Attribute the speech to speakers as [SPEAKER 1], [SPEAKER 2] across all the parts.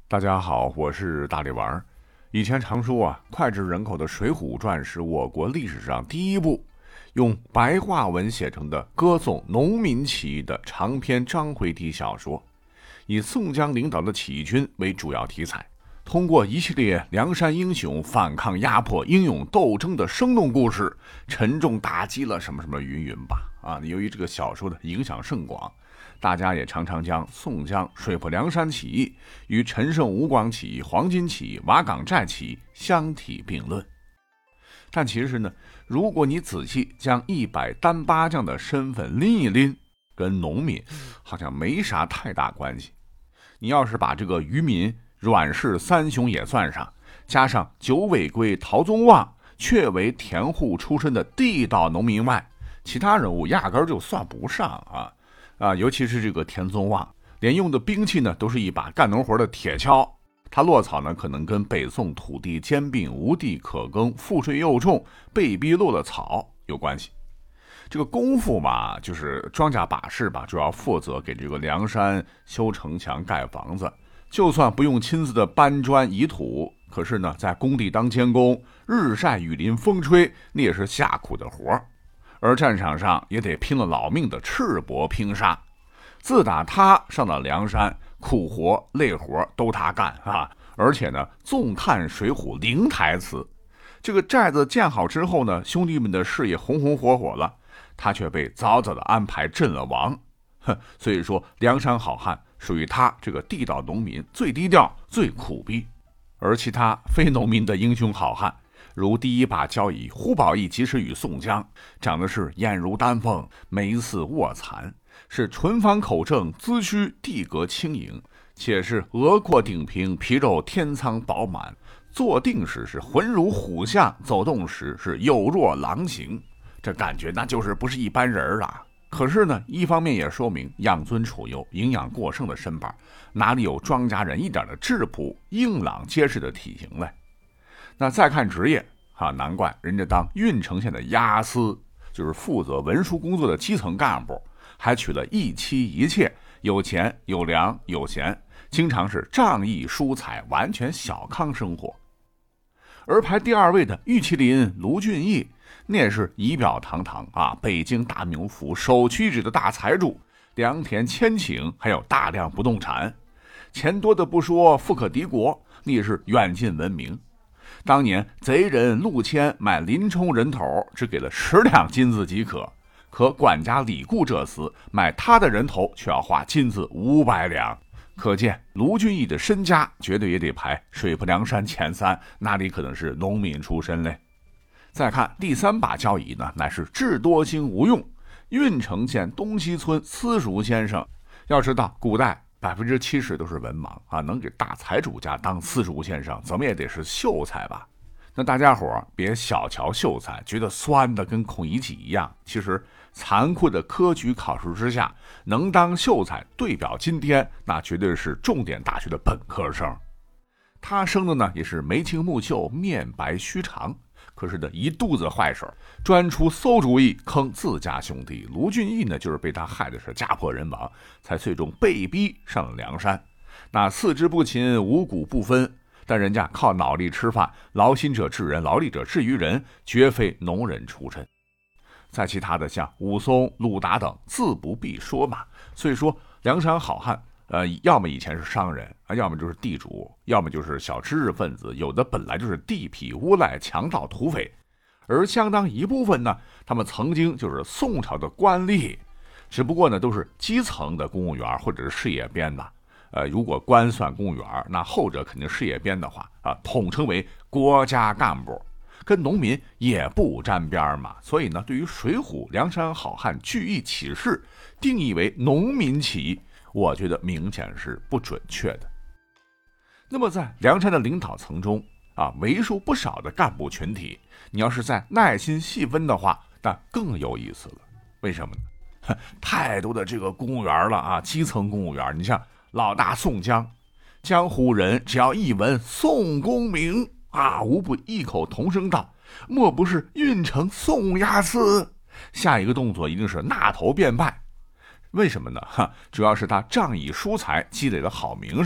[SPEAKER 1] 大家好，我是大力丸。以前常说脍炙人口的《水浒传》是我国历史上第一部用白话文写成的歌颂农民起义的长篇章回体小说，以宋江领导的起义军为主要题材，通过一系列梁山英雄反抗压迫、英勇斗争的生动故事，沉重打击了什么什么云云吧。由于这个小说的影响甚广，大家也常常将宋江水泊梁山起义与陈胜吴广起义、黄巾起义、瓦岗寨起义相提并论。但其实呢，如果你仔细将100单八将的身份拎一拎，跟农民好像没啥太大关系。你要是把这个渔民、阮氏三雄也算上，加上九尾龟陶宗旺却为田户出身的地道农民外，其他人物压根就算不上尤其是这个田宗旺，连用的兵器呢都是一把干农活的铁锹。他落草呢，可能跟北宋土地兼并、无地可耕、赋税又重、被逼落了草有关系。这个功夫嘛，就是庄稼把式吧，主要负责给这个梁山修城墙、盖房子。就算不用亲自的搬砖移土，可是呢，在工地当监工，日晒雨淋风吹，那也是下苦的活。而战场上也得拼了老命的赤膊拼杀。自打他上了梁山，苦活累活都他干而且呢，纵探水浒零台词。这个寨子建好之后呢，兄弟们的事业红红火火了，他却被早早的安排阵了亡。所以说，梁山好汉属于他这个地道农民最低调、最苦逼。而其他非农民的英雄好汉，如第一把交椅胡宝义及时雨宋江，长得是眼如丹凤，眉似卧蚕，是唇方口正，姿须地格轻盈，且是额阔顶平，皮肉天苍饱满，坐定时是浑如虎象，走动时是有若狼形，这感觉那就是不是一般人了。可是呢，一方面也说明养尊处优、营养过剩的身板哪里有庄稼人一点的质朴、硬朗结实的体型嘞？那再看职业难怪人家当郓城县的押司，就是负责文书工作的基层干部，还娶了一妻一妾，有钱有粮有闲，经常是仗义疏财，完全小康生活。而排第二位的玉麒麟卢俊义，那也是仪表堂堂北京大名府首屈一指的大财主，良田千顷，还有大量不动产，钱多的不说，富可敌国，那也是远近闻名。当年贼人陆谦买林冲人头只给了10两金子即可管家李固这厮买他的人头却要花金子500两。可见卢俊义的身家绝对也得排水泊梁山前3，那里可能是农民出身嘞。再看第3把交椅呢，乃是智多星吴用，郓城县东西村私塾先生。要知道古代70%都是文盲能给大财主家当私塾先生，怎么也得是秀才吧？那大家伙别小瞧秀才，觉得酸的跟孔乙己一样。其实残酷的科举考试之下，能当秀才对表今天，那绝对是重点大学的本科生。他生的呢也是眉清目秀、面白须长，可是呢一肚子坏事，专出馊主意坑自家兄弟。卢俊义呢就是被他害的是家破人亡，才最终被逼上了梁山。那四肢不勤，五谷不分，但人家靠脑力吃饭，劳心者治人，劳力者治于人，绝非农人出身。在其他的像武松、鲁达等自不必说嘛。所以说梁山好汉要么以前是商人要么就是地主，要么就是小知识分子，有的本来就是地痞无赖、强盗土匪。而相当一部分呢，他们曾经就是宋朝的官吏，只不过呢都是基层的公务员或者是事业编的。如果官算公务员，那后者肯定事业编的话统称为国家干部，跟农民也不沾边嘛。所以呢，对于水浒梁山好汉聚义起事定义为农民起义，我觉得明显是不准确的。那么在梁山的领导层中为数不少的干部群体，你要是再耐心细分的话，那更有意思了。为什么呢？太多的这个公务员了基层公务员。你像老大宋江，江湖人只要一闻宋公明无不异口同声道：莫不是郓城宋押司？下一个动作一定是纳头便拜。为什么呢？主要是他仗义疏财，积累了好名声。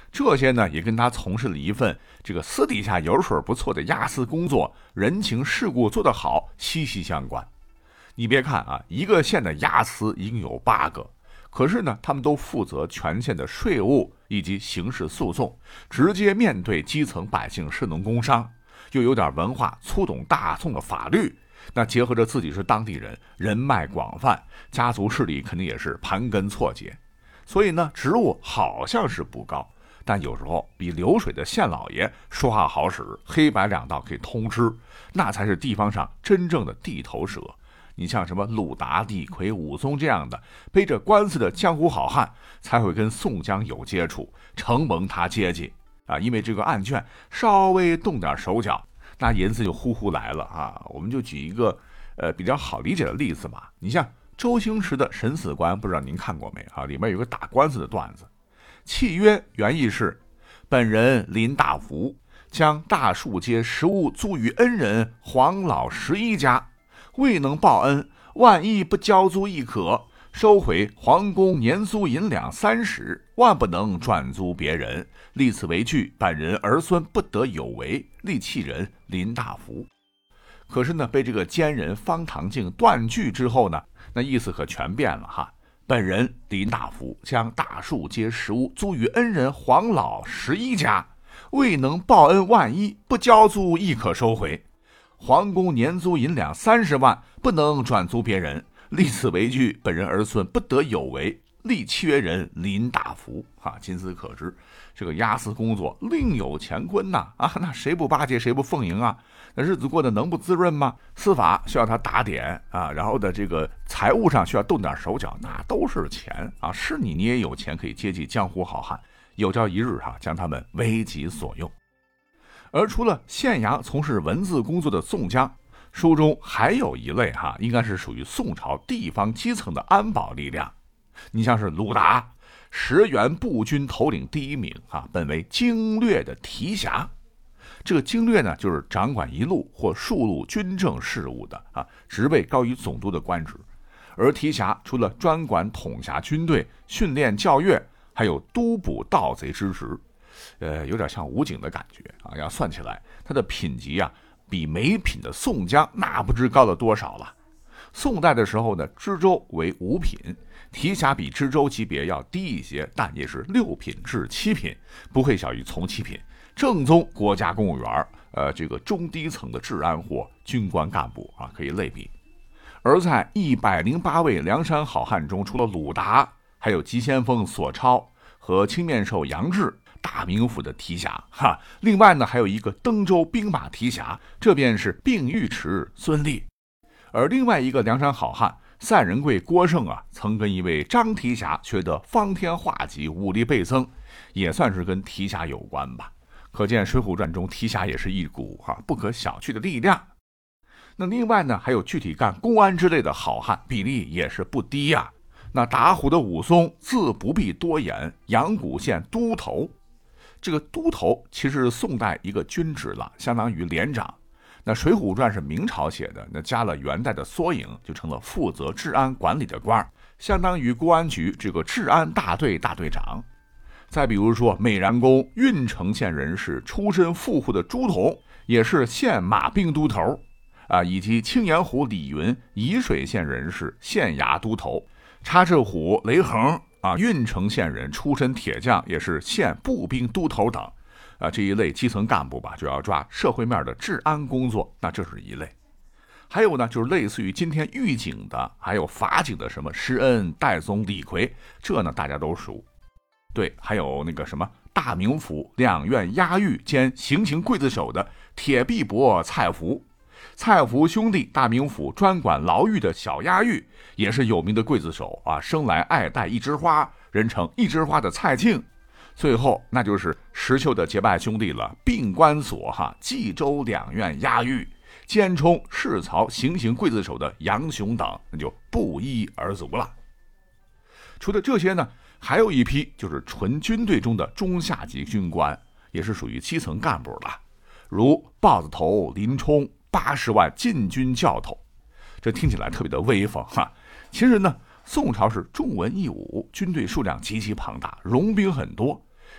[SPEAKER 1] 这些呢也跟他从事了一份这个私底下油水不错的押司工作，人情世故做得好息息相关。你别看啊，一个县的押司一共有8个，可是呢他们都负责全县的税务以及刑事诉讼，直接面对基层百姓士农工商，又有点文化，粗懂大宋的法律。那结合着自己是当地人，人脉广泛，家族势力肯定也是盘根错节，所以呢职务好像是不高，但有时候比流水的县老爷说话好使，黑白两道可以通吃，那才是地方上真正的地头蛇。你像什么鲁达、李逵、武松这样的背着官司的江湖好汉，才会跟宋江有接触，承蒙他接济啊，因为这个案卷稍微动点手脚，那银子就呼呼来了啊。我们就举一个比较好理解的例子嘛，你像周星驰的《审死官》，不知道您看过没啊？里面有个打官司的段子，契约原意是本人林大福将大树街实物租与恩人黄老11家，未能报恩，万一不交租亦可，收回皇宫年租银两30，万不能转租别人。立此为据，本人儿孙不得有违，立契人林大福。可是呢，被这个奸人方唐镜断句之后呢，那意思可全变了哈。本人林大福将大树街实物租与恩人黄老11家，未能报恩，万一不交租亦可收回。皇宫年租银两30万，不能转租别人。立此为据，本人儿孙不得有违，立契约人林大福。仅此可知，这个押司工作另有乾坤呐！那谁不巴结谁不奉迎啊？那日子过得能不滋润吗？司法需要他打点啊，然后的这个财务上需要动点手脚，那都是钱啊！是你也有钱可以接济江湖好汉，有朝一日将他们为己所用。而除了县衙从事文字工作的宋江，书中还有一类应该是属于宋朝地方基层的安保力量。你像是鲁达，10员步军头领第1名本为经略的提辖。这个经略呢，就是掌管一路或数路军政事务的职位高于总督的官职。而提辖除了专管统辖军队、训练教阅，还有督捕盗贼之职。有点像武警的感觉要算起来，他的品级比每品的宋江那不知高了多少了。宋代的时候呢，知州为5品，提辖比知州级别要低一些，但也是6品至7品，不会小于从7品。正宗国家公务员，这个中低层的治安或军官干部可以类比。而在108位梁山好汉中，除了鲁达，还有急先锋索超和青面兽杨志，大名府的提辖另外呢，还有一个登州兵马提辖，这便是并尉迟孙立。而另外一个梁山好汉赛仁贵郭盛曾跟一位张提辖学得方天画戟，武力倍增，也算是跟提辖有关吧。可见《水浒传》中提辖也是一股不可小觑的力量。那另外呢，还有具体干公安之类的好汉，比例也是不低那打虎的武松，自不必多言，阳谷县都头。这个都头其实是宋代一个军职了，相当于连长。那《水浒传》是明朝写的，那加了元代的缩影，就成了负责治安管理的官，相当于公安局这个治安大队大队长。再比如说美髯公郓城县人士，出身富户的朱仝，也是县马兵都头以及青岩湖李云沂水县人士，县衙都头。插翅虎雷横郓城县人，出身铁匠，也是县步兵都头等这一类基层干部吧，就要抓社会面的治安工作，那这是一类。还有呢，就是类似于今天狱警的，还有法警的，什么施恩、戴宗、李逵，这呢大家都熟。对，还有那个什么大名府2院押狱兼行刑刽子手的铁臂伯蔡福。蔡福兄弟大名府专管牢狱的小押狱，也是有名的刽子手生来爱戴一枝花，人称一枝花的蔡庆。最后那就是石秀的结拜兄弟了，并关所冀州2院押狱，兼充市曹行刑刽子手的杨雄等，那就不一而足了。除了这些呢，还有一批就是纯军队中的中下级军官，也是属于基层干部了，如豹子头林冲，80万禁军教头，这听起来特别的威风其实呢，宋朝是重文抑武，军队数量极其庞大，戎兵很多，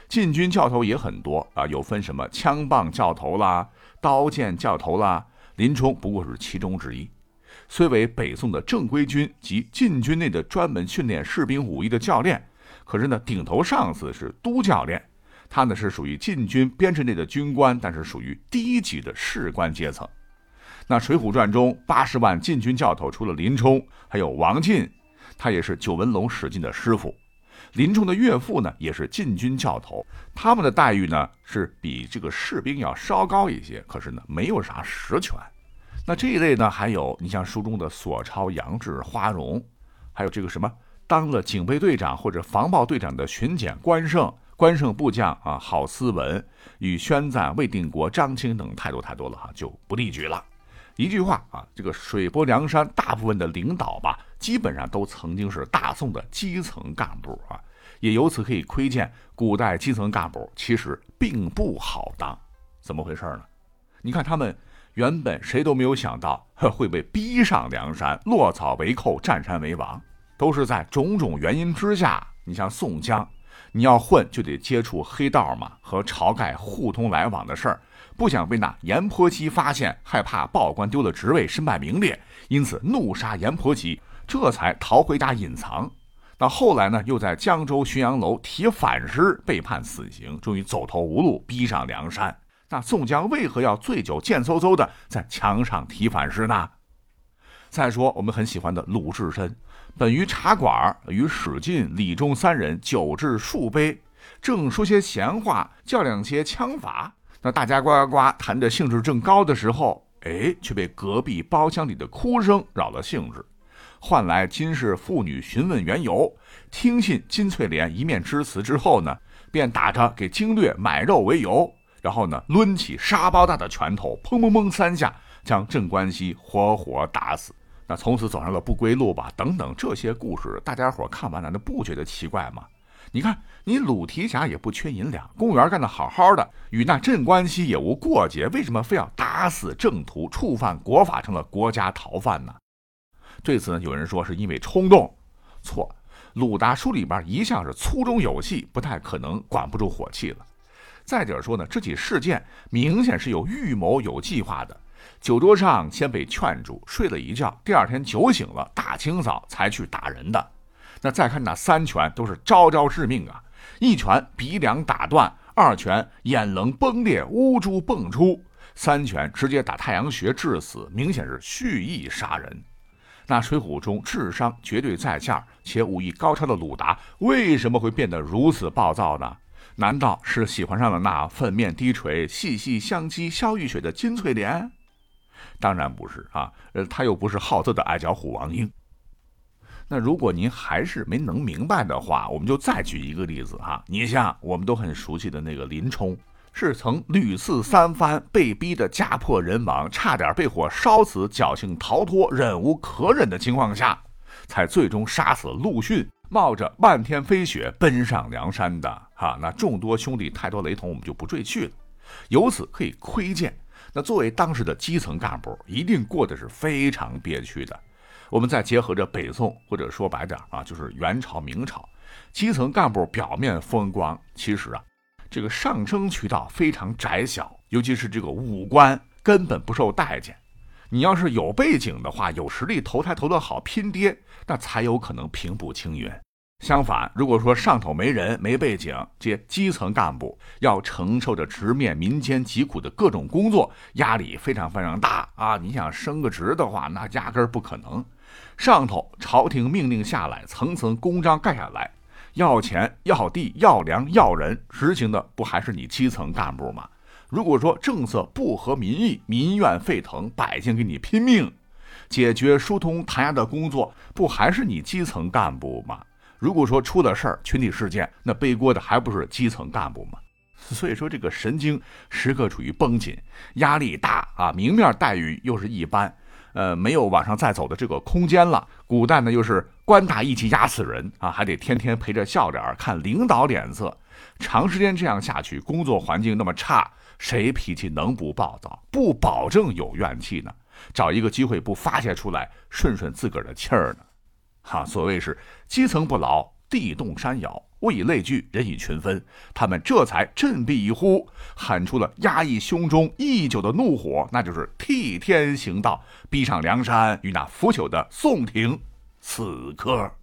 [SPEAKER 1] 禁军教头也很多啊，有分什么枪棒教头啦、刀剑教头啦，林冲不过是其中之一。虽为北宋的正规军及禁军内的专门训练士兵武艺的教练，可是呢，顶头上司是都教练，他呢是属于禁军编制内的军官，但是属于低级的士官阶层。那《水浒传》中80万禁军教头，除了林冲，还有王进，他也是九纹龙史进的师傅。林冲的岳父呢，也是禁军教头，他们的待遇呢是比这个士兵要稍高一些，可是呢没有啥实权。那这一类呢，还有你像书中的索超、杨志、花荣，还有这个什么当了警备队长或者防暴队长的巡检关胜部将啊，郝思文、与宣赞、魏定国、张清等太多了哈，就不例举了。一句话啊，这个水泊梁山大部分的领导吧，基本上都曾经是大宋的基层干部啊，也由此可以窥见古代基层干部其实并不好当。怎么回事呢？你看他们原本谁都没有想到会被逼上梁山，落草为寇，占山为王，都是在种种原因之下。你像宋江，你要混就得接触黑道嘛，和晁盖互通来往的事儿，不想被那阎婆惜发现，害怕报官丢了职位，身败名裂，因此怒杀阎婆惜，这才逃回家隐藏。那后来呢，又在江州浔阳楼提反诗，被判死刑，终于走投无路，逼上梁山。那宋江为何要醉酒贱嗖嗖的在墙上提反诗呢？再说我们很喜欢的鲁智深，本于茶馆，与史进、李忠三人酒至数杯，正说些闲话，较量些枪法。那大家呱呱呱谈着兴致正高的时候，却被隔壁包厢里的哭声扰了兴致，唤来金氏妇女询问缘由。听信金翠莲一面之词之后呢，便打着给经略买肉为由，然后呢，抡起沙包大的拳头，砰砰砰3下，将镇关西活活打死。那从此走上了不归路吧，等等这些故事，大家伙看完难道不觉得奇怪吗？你看，你鲁提辖也不缺银两，公务员干得好好的，与那镇关西也无过节，为什么非要打死正途，触犯国法，成了国家逃犯呢？对此呢，有人说是因为冲动，错。鲁大书里边一向是粗中有细，不太可能管不住火气了。再者说呢，这起事件明显是有预谋、有计划的。酒桌上先被劝住，睡了一觉，第二天酒醒了，大清早才去打人的。那再看那3拳都是招招致命啊！一拳鼻梁打断，2拳眼棱崩裂，乌珠迸出，3拳直接打太阳穴致死，明显是蓄意杀人。那水浒中智商绝对在线且武艺高超的鲁达，为什么会变得如此暴躁呢？难道是喜欢上了那粉面低垂、细细相击萧玉雪的金翠莲？当然不是啊，他又不是好色的矮脚虎王英。那如果您还是没能明白的话，我们就再举一个例子哈。你像我们都很熟悉的那个林冲，是曾屡次3番被逼的家破人亡，差点被火烧死，侥幸逃脱，忍无可忍的情况下，才最终杀死了陆逊，冒着漫天飞雪奔上梁山的哈。那众多兄弟太多雷同，我们就不赘去了。由此可以窥见，那作为当时的基层干部，一定过得是非常憋屈的。我们再结合着北宋，或者说白点啊，就是元朝、明朝，基层干部表面风光，其实啊，这个上升渠道非常窄小，尤其是这个武官根本不受待见。你要是有背景的话，有实力，投胎投得好，拼爹，那才有可能平步青云。相反，如果说上头没人、没背景，这些基层干部要承受着直面民间疾苦的各种工作，压力非常非常大啊！你想升个职的话，那压根儿不可能。上头朝廷命令下来，层层公章盖下来，要钱、要地、要粮、要人，执行的不还是你基层干部吗？如果说政策不合民意，民怨沸腾，百姓给你拼命，解决疏通弹压的工作，不还是你基层干部吗？如果说出了事儿，群体事件，那背锅的还不是基层干部吗？所以说这个神经时刻处于绷紧，压力大啊，明面待遇又是一般，没有往上再走的这个空间了。古代呢又是官大一级压死人啊，还得天天陪着笑脸看领导脸色，长时间这样下去，工作环境那么差，谁脾气能不暴躁？不保证有怨气呢？找一个机会不发泄出来，顺顺自个儿的气儿呢？所谓是基层不劳， 地动山摇，物以类聚，人以群分。他们这才振臂一呼，喊出了压抑胸中已久的怒火，那就是替天行道，逼上梁山与那腐朽的宋廷死磕。